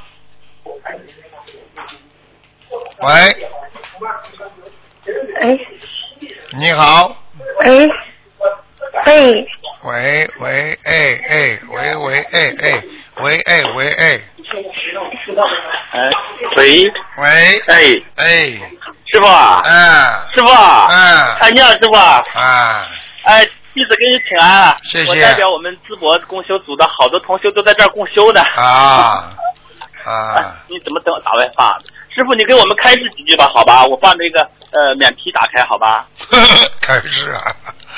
喂。 哎。 你好。 喂。 师傅啊。师傅。你好，师傅。弟子给你请安了。 谢谢。 我代表我们淄博共修组的好多同修都在这儿共修呢。你怎么等我打外发？师傅，你给我们开示几句吧，好吧？我把那个免提打开，好吧？ 开示啊。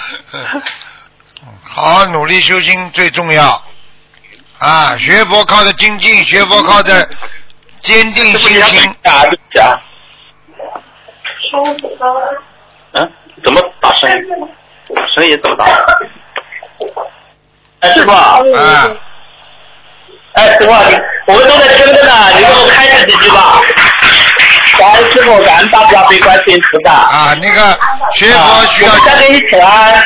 好好努力修心最重要啊！学佛靠着精进，学佛靠着坚定信心。 怎么打声音？声音怎么打？师傅。师傅，我们都在听着呢，你给我开示几句吧。感恩师傅，感恩大慈悲观世音菩萨。 那个学佛需要。 我再给你请安。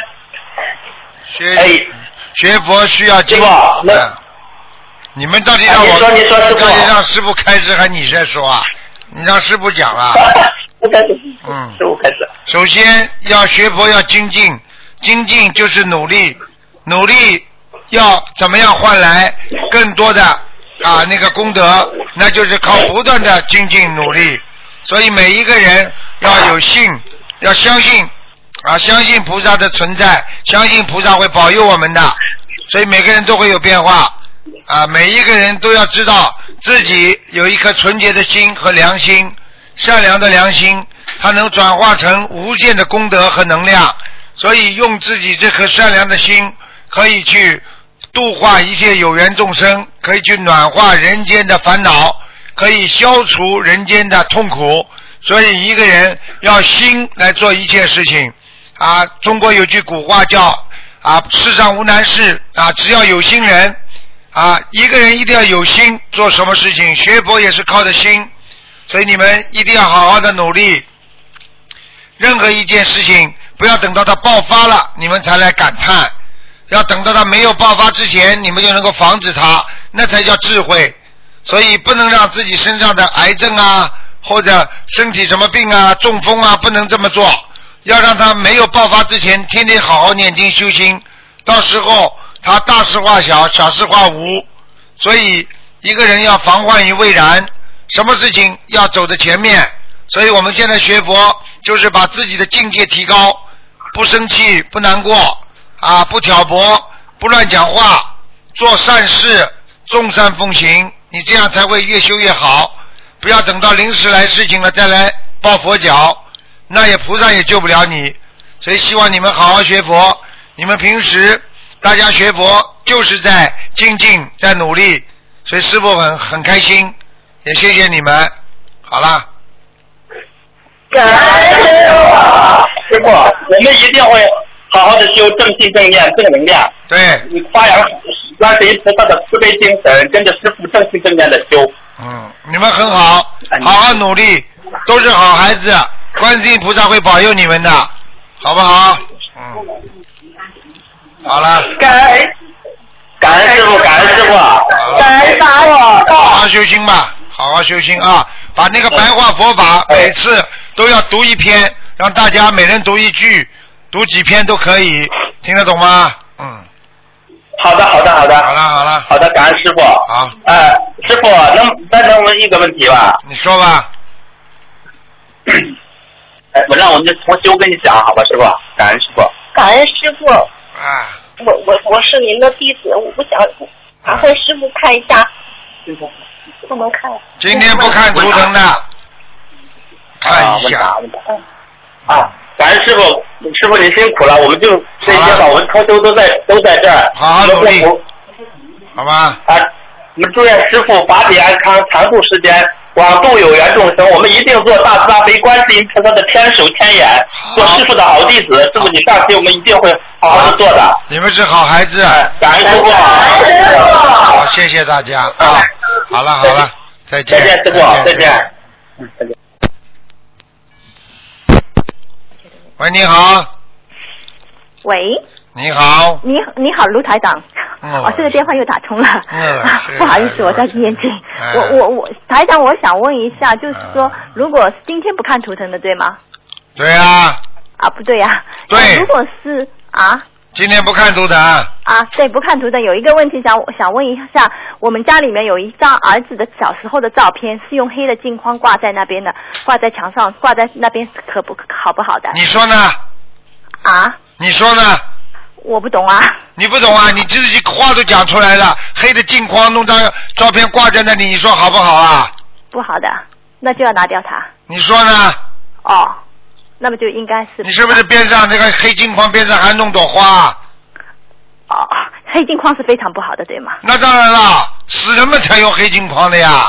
学佛需要精进。你们到底让你说师傅。 到底让师傅开始还你在说啊？你让师傅讲了。 师傅开始。 首先要学佛要精进，精进就是努力，努力要怎么样换来更多的那个功德，那就是靠不断的精进努力。所以每一个人要有信，要相信相信菩萨的存在，相信菩萨会保佑我们的，所以每个人都会有变化每一个人都要知道自己有一颗纯洁的心和良心，善良的良心，它能转化成无限的功德和能量，所以用自己这颗善良的心可以去度化一切有缘众生，可以去暖化人间的烦恼，可以消除人间的痛苦。所以一个人要心来做一切事情中国有句古话叫世上无难事只要有心人一个人一定要有心做什么事情，学佛也是靠着心。所以你们一定要好好的努力，任何一件事情不要等到它爆发了你们才来感叹，要等到它没有爆发之前你们就能够防止它，那才叫智慧。所以不能让自己身上的癌症或者身体什么病中风不能这么做，要让它没有爆发之前天天好好念经修心，到时候它大事化小，小事化无。所以一个人要防患于未然，什么事情要走在前面。所以我们现在学佛就是把自己的境界提高，不生气不难过不挑拨，不乱讲话，做善事，众善奉行，你这样才会越修越好。不要等到临时来事情了再来抱佛脚，那菩萨也救不了你。所以希望你们好好学佛，你们平时大家学佛就是在精进，在努力，所以师父很开心，也谢谢你们。好了， 感恩师父，我们一定会好好的修正信正念正能量， 对， 你发扬观世音菩萨的慈悲精神，跟着师父正信正念的修。 你们很好，好好努力，都是好孩子，观世音菩萨会保佑你们的，好不好？好了。 感恩师父，感恩师父， 感恩打我。 好好修心吧，好好修心把那个白话佛法每次都要读一篇，让大家每人读一句，读几篇都可以，听得懂吗？ 好的。 好的，感恩师父。 好。 师傅，再能问一个问题吧？ 你说吧。 让我们的同修跟你讲，好吧，师傅，感恩师傅。 感恩师傅。啊。我是您的弟子，我想麻烦师傅看一下。不能看。 今天不看图腾的。看一下。 感恩师傅，师傅您辛苦了，我们就这些吧，我们同修都在这儿， 好好努力，好吧？ 我们祝愿师傅法体安康，长度时间，广度有缘众生。我们一定做大慈大悲观世音菩萨的天手天眼，做师傅的好弟子。师傅你放心，我们一定会好好的做的。 你们是好孩子， 感恩师傅。 好，谢谢大家啊！好了，再见。 再见，师傅，再见。再见。 喂，你好。 喂。 你好。 你好，卢台长。这个电话又打通了。不好意思，我在念经。我台长，我想问一下，就是说，如果今天不看图腾的，对吗？ 对啊。 不对呀。 对。 如果是今天不看图腾。 对，不看图腾。有一个问题想问一下，我们家里面有一张儿子的小时候的照片，是用黑的镜框挂在那边的，挂在墙上，挂在那边好不好的？ 你说呢？你说呢？ 我不懂啊。 你不懂啊？你自己话都讲出来了，黑的镜框弄张照片挂在那里，你说好不好啊？ 不好的，那就要拿掉它。 你说呢？ 那么就应该是。 你是不是边上那个黑镜框边上还弄朵花？ 黑镜框是非常不好的，对吗？ 那当然了，死人们才用黑镜框的呀。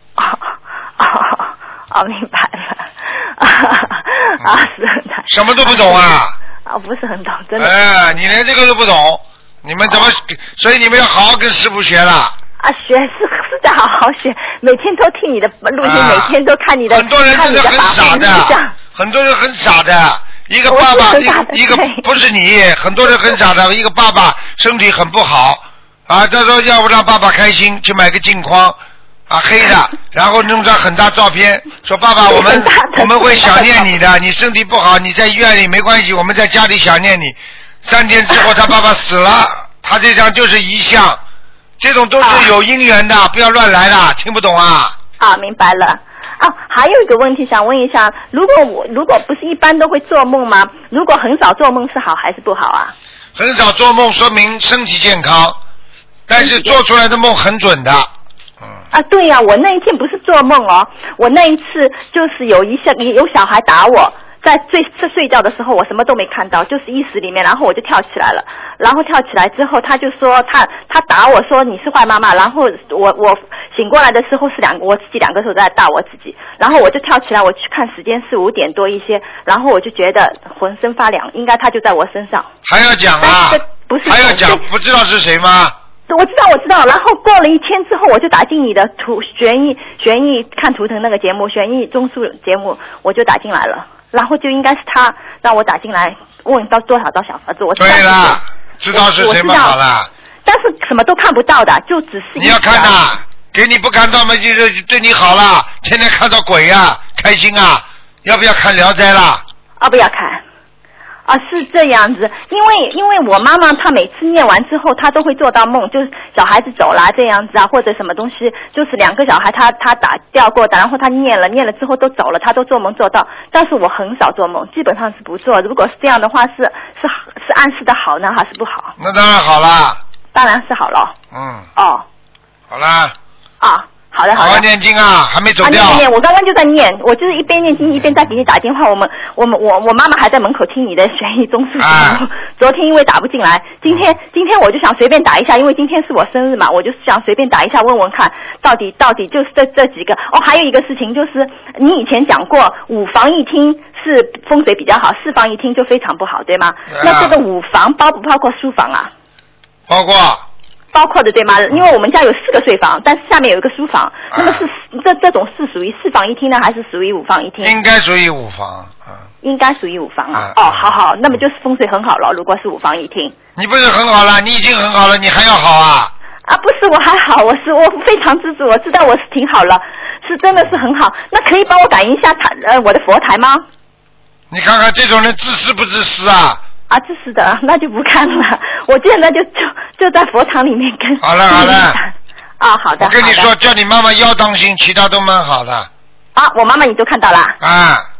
明白了。是的。 什么都不懂啊？ 不是很懂，真的。 你连这个都不懂，你们怎么？所以你们要好好跟师父学了。 学是在好好学，每天都听你的录音，每天都看你的。 很多人真的很傻的，很多人很傻的。一个爸爸，一个不是你，很多人很傻的。一个爸爸身体很不好他说要不让爸爸开心，去买个镜框黑的，然后弄张很大照片，说爸爸我们会想念你的，你身体不好，你在医院里没关系，我们在家里想念你。3天之后他爸爸死了，他这张就是遗像，这种都是有因缘的，不要乱来了，听不懂啊？ 明白了。还有一个问题想问一下，如果不是一般都会做梦吗？如果很少做梦是好还是不好啊？ 很少做梦说明身体健康，但是做出来的梦很准的。 对呀，我那一天不是做梦我那一次就是有小孩打我，在睡觉的时候我什么都没看到，就是意识里面，然后我就跳起来了，然后跳起来之后他就说他打我说你是坏妈妈，然后我醒过来的时候是我自己2个手在打我自己，然后我就跳起来，我去看时间是5点多一些，然后我就觉得浑身发凉，应该他就在我身上。 还要讲啊？ 不是还要讲？不知道是谁吗？ 我知道，然后过了1天之后，我就打进你的悬疑看图腾那个节目，悬疑综述节目，我就打进来了，然后就应该是他让我打进来，问到多少小房子，我知道对了，知道是谁吗？好了， 但是什么都看不到的，就只是你要看呐，给你不看到嘛，就是对你好了，天天看到鬼啊，开心啊，要不要看《聊斋》啦？ 不要看。是这样子，因为我妈妈她每次念完之后，她都会做到梦，就是小孩子走了这样子或者什么东西，就是2个小孩她打掉过的，然后她念了之后都走了，她都做梦做到，但是我很少做梦，基本上是不做。如果是这样的话，是暗示的好呢，还是不好？ 那当然好啦。 当然是好了。 好啦。 好的。 好好念经啊，还没走掉。 我刚刚就在念，我就是一边念经一边在给你打电话。我妈妈还在门口听你的悬疑综述节目。昨天因为打不进来，今天我就想随便打一下，因为今天是我生日嘛，我就想随便打一下问问看，到底就是这几个。还有一个事情就是你以前讲过5房1厅是风水比较好，4房1厅就非常不好，对吗？那这个5房包不包括书房啊？包括的对吗？因为我们家有4个睡房，但是下面有一个书房，那么是这种是属于4房1厅呢，还是属于5房1厅？ 应该属于5房。 应该属于5房啊。好，那么就是风水很好了。如果是5房1厅， 你不是很好了？你已经很好了，你还要好啊？ 不是，我还好，我非常知足，我知道我是挺好了，是真的是很好。那可以帮我感应一下我的佛台吗？ 你看看这种人自私不自私啊？ 自私的，那就不看了。我现在就在佛堂里面跟。 好了。 好的。 我跟你说，叫你妈妈腰当心，其他都蛮好的。 我妈妈你都看到了。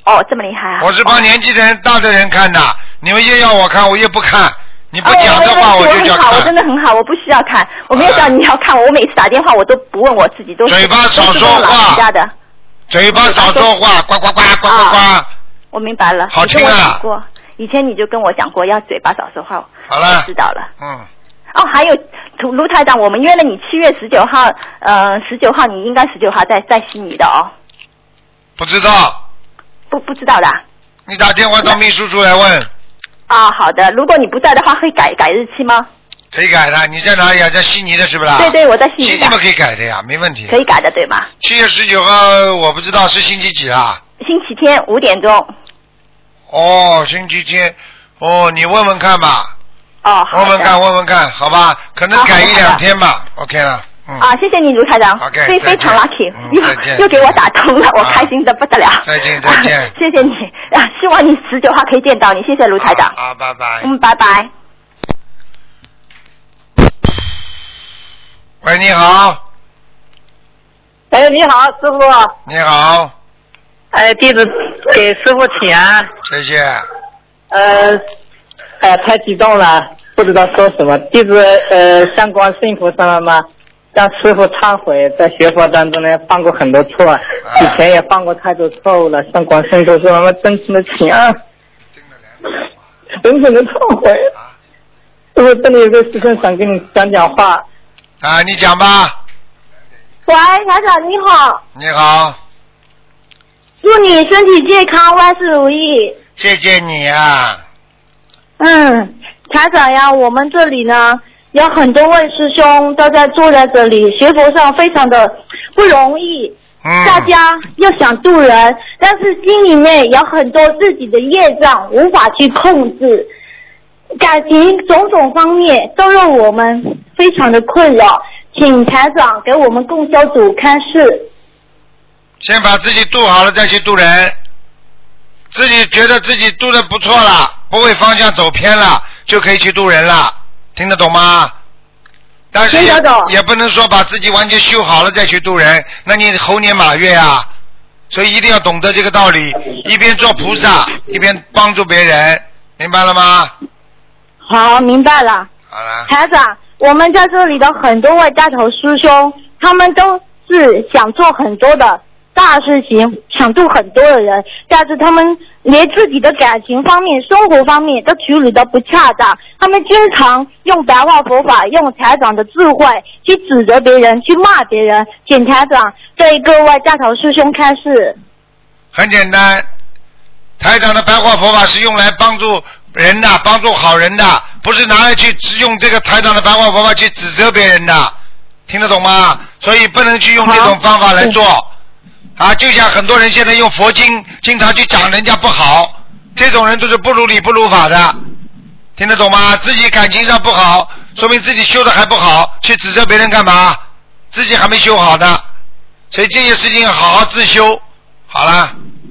哦，这么厉害啊！ 我是帮年纪的人、大的人看的，你们越要我看，我越不看。你不讲的话，我就要看。 我真的很好，我不需要看，我没有叫你要看。我每次打电话，我都不问我自己，都是嘴巴少说话，嘴巴少说话，呱呱呱呱呱呱。 我明白了， 好听啊！ 以前你就跟我讲过要嘴巴少说话。 好了， 知道了。哦，还有卢台长，我们约了你7月19号，19号你应该19号在悉尼的哦。 不知道。 不知道的。 你打电话到秘书处来问。 啊，好的。如果你不在的话，会改日期吗？ 可以改的。你在哪里啊？在悉尼的是不是？ 对，我在悉尼的。 悉尼嘛可以改的呀，没问题。 可以改的，对吗 ？7月19号我不知道是星期几啊？ 星期天5点钟。 哦，星期天。哦，你问问看吧。 哦，好的。 问问看，好吧？可能改1-2天吧。OK 了。 谢谢你卢台长。 OK。 非常 lucky，又给我打通了，我开心的不得了。 再见。 谢谢你希望你19号可以见到你，谢谢卢台长。 好，拜拜。 拜拜。 喂，你好。 哎，你好，师傅。 你好。 哎，弟子给师傅请安。 谢谢。 太激动了，不知道说什么。弟子向观世音菩萨妈妈向师傅忏悔，在学佛当中呢犯过很多错，以前也犯过太多错误了，向观世音菩萨妈妈真诚的请安，真诚的忏悔。师傅，这里有个师兄想跟你讲话。 你讲吧。 喂，台长你好。 你好。 祝你身体健康，万事如意。 谢谢你啊。 台长呀，我们这里呢有很多位师兄都在坐在这里，学佛上非常的不容易。大家又想渡人，但是心里面有很多自己的业障无法去控制，感情种种方面都让我们非常的困扰，请台长给我们共修组开示。 先把自己渡好了再去渡人，自己觉得自己渡得不错了，不会方向走偏了，就可以去渡人了，听得懂吗？但是也不能说把自己完全修好了再去渡人，那你猴年马月啊！所以一定要懂得这个道理，一边做菩萨一边帮助别人，明白了吗？ 好，明白了。 好了。 台长，我们在这里的很多位大头师兄，他们都是想做很多的大事情，想渡很多的人，但是他们连自己的感情方面、生活方面都处理得不恰当，他们经常用白话佛法、用台长的智慧去指责别人、去骂别人，请台长对各位大头师兄开示。 很简单，台长的白话佛法是用来帮助人的，帮助好人的，不是拿来去用这个台长的白话佛法去指责别人的，听得懂吗？所以不能去用这种方法来做。就像很多人现在用佛经经常去讲人家不好，这种人都是不如理不如法的，听得懂吗？自己感情上不好，说明自己修的还不好，去指责别人干嘛？自己还没修好呢，所以这些事情要好好自修。好了。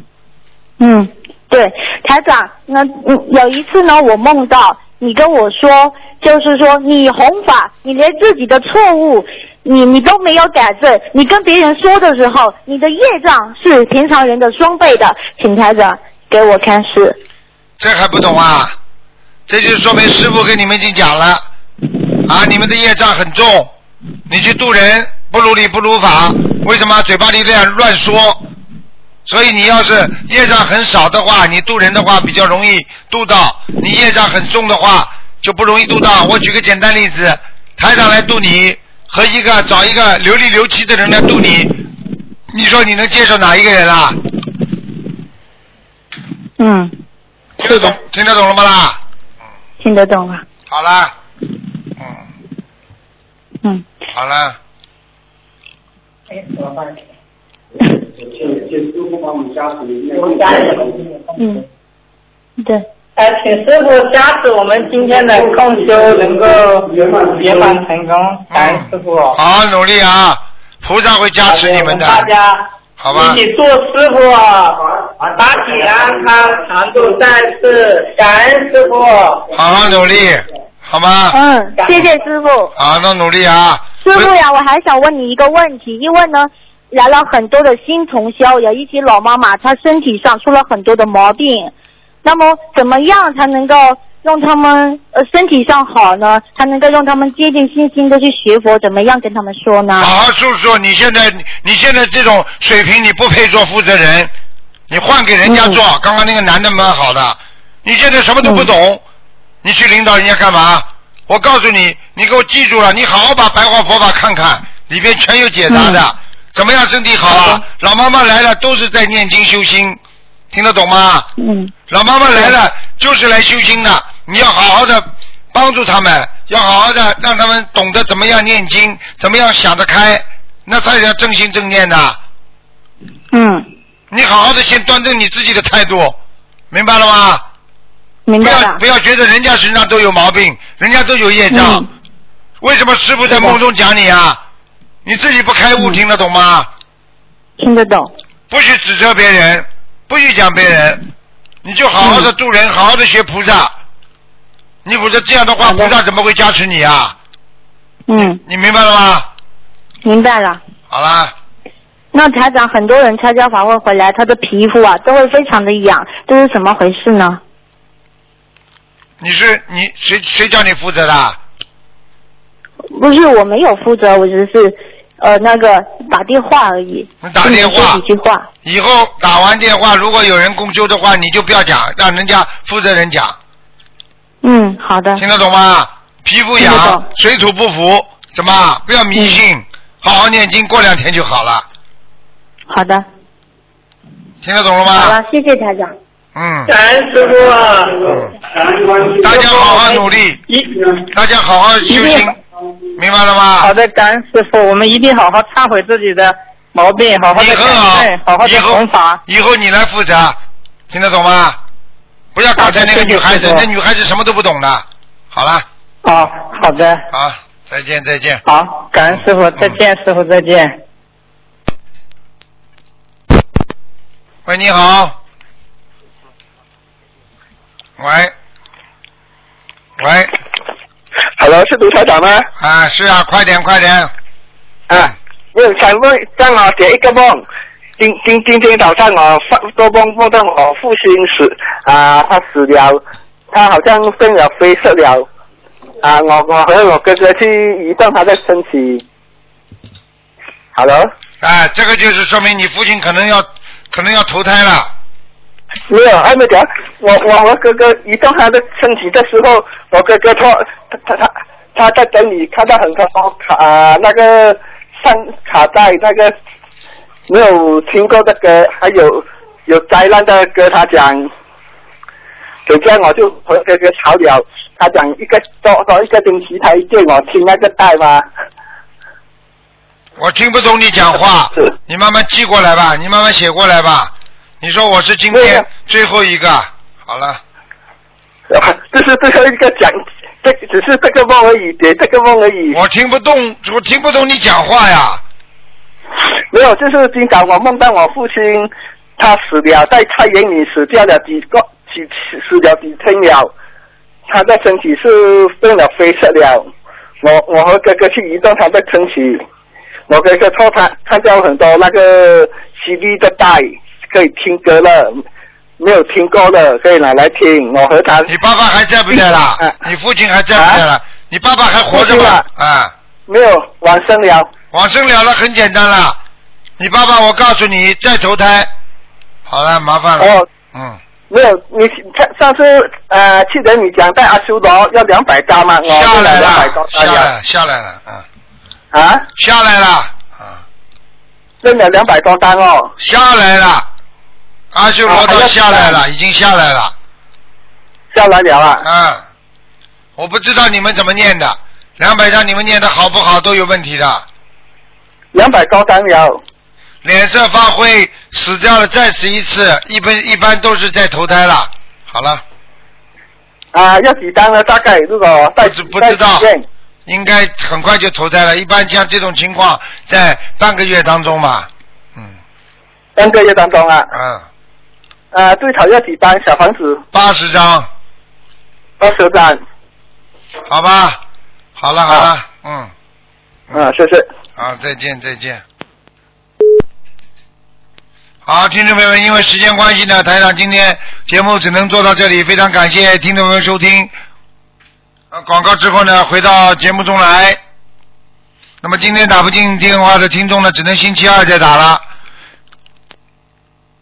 对，台长，那有一次呢，我梦到你跟我说，就是说你弘法，你连自己的错误你都没有改正，你跟别人说的时候，你的业障是平常人的双倍的，请台长给我开示。 这还不懂啊？这就说明师父跟你们已经讲了你们的业障很重，你去渡人不如理不如法，为什么嘴巴里这样乱说？所以你要是业障很少的话，你渡人的话比较容易渡到，你业障很重的话就不容易渡到。我举个简单例子，台长来渡你和找一个流里流气的人来渡你，你说你能接受哪一个人啊？听得懂了吗啦？ 听得懂了。 好了。好了。 对。 请师傅加持我们今天的共修能够圆满成功，感恩师傅。 好好努力啊，菩萨会加持你们的。 大家好吧。 一起祝师傅法体安康，常驻在世，感恩师傅。 好好努力，好吗？ 谢谢师傅。 好，那努力啊。 师傅呀，我还想问你一个问题，因为呢， 来了很多的新同修，有一些老妈妈，她身体上出了很多的毛病。那么怎么样才能够让他们身体上好呢？才能够让他们坚定信心的去学佛？怎么样跟他们说呢？ 好好诉说，你现在这种水平，你不配做负责人，你换给人家做。刚刚那个男的蛮好的，你现在什么都不懂，你去领导人家干嘛？我告诉你，你给我记住了，你好好把白话佛法看看，里边全有解答的。怎么样身体好啊？老妈妈来了都是在念经修心，听得懂吗？老妈妈来了就是来修心的，你要好好的帮助他们，要好好的让他们懂得怎么样念经，怎么样想得开，那才叫正心正念的。你好好的先端正你自己的态度，明白了吗？ 明白了。 不要觉得人家身上都有毛病，人家都有业障。为什么师父在梦中讲你啊？你自己不开悟，听得懂吗？ 听得懂。 不许指责别人，不许讲别人，你就好好的度人，好好的学菩萨。你否则这样的话，菩萨怎么会加持你啊？你明白了吗？ 明白了。 好啦。 那台长，很多人参加法会回来，他的皮肤啊都会非常的痒，这是怎么回事呢？ 谁叫你负责的？ 不是，我没有负责，我只是那个打电话而已。 你打电话。 几句话。 以后打完电话，如果有人共修的话，你就不要讲，让人家负责人讲。 好的。 听得懂吗？皮肤痒，水土不服，怎么不要迷信，好好念经，过2天就好了。 好的。 听得懂了吗？ 好了，谢谢台长。 感恩师父啊！ 大家好好努力，大家好好修心，明白了吗？ 好的，感恩师父，我们一定好好忏悔自己的毛病，好好的改正，好好的弘法。 以后你来负责，听得懂吗？不要搞成那个女孩子，那女孩子什么都不懂的。好了。 好的。 好，再见。 好，感恩师父，再见，师父再见。 喂，你好。喂 Hello， 是卢台长吗？ 是啊，快点。 我想问，让我解一个梦。今天早上我做梦到我父亲他死了，他好像变了灰色了。我和我哥哥去移动他的身体。Hello。 这个就是说明你父亲可能要投胎了。 没有，还没讲。我哥哥移动他的身体的时候，我哥哥他在等你看到很多那个上卡在那个没有听过的歌，还有灾难的歌，他讲，就这样我就和哥哥吵了，他讲多一个星期他借我听那个带吗？ 我听不懂你讲话，你慢慢寄过来吧，你慢慢写过来吧。你说我是今天最后一个，好了。 这是最后一个讲，只是这个梦而已，这个梦而已。 我听不懂你讲话呀。 没有，就是今早我梦到我父亲他死了，在菜园里死掉了死了几天了，他的身体是变了灰色了。我和哥哥去移动他的身体，我哥哥说他看到很多那个 CD 的带。可以听歌了，没有听过了，可以拿来听。我和他。 你爸爸还在不在了？你父亲还在不在了？你爸爸还活着吗？ 没有，往生了。 往生了，很简单了。你爸爸，我告诉你，再投胎。好了，麻烦了。 没有，你上次去年你讲在阿修罗要200张嘛？ 下来了， 下来了。 下来了。 扔了200多张哦。 下来了。阿修罗道下来了，已经下来了。 下来了啊。 我不知道你们怎么念的，200张你们念的好不好都有问题的。 200多张了。 脸色发灰，死掉了再死一次，一般都是在投胎了。好了。 要几张呢？大概如果不知道，应该很快就投胎了。一般像这种情况，在半个月当中嘛。 半个月当中啊。最少要几张小房子 ？80张。 20张。 好吧，好了。 谢谢。 好，再见。 好，听众朋友们，因为时间关系呢，台长今天节目只能做到这里，非常感谢听众朋友们收听。广告之后呢，回到节目中来。那么今天打不进电话的听众呢，只能星期二再打了。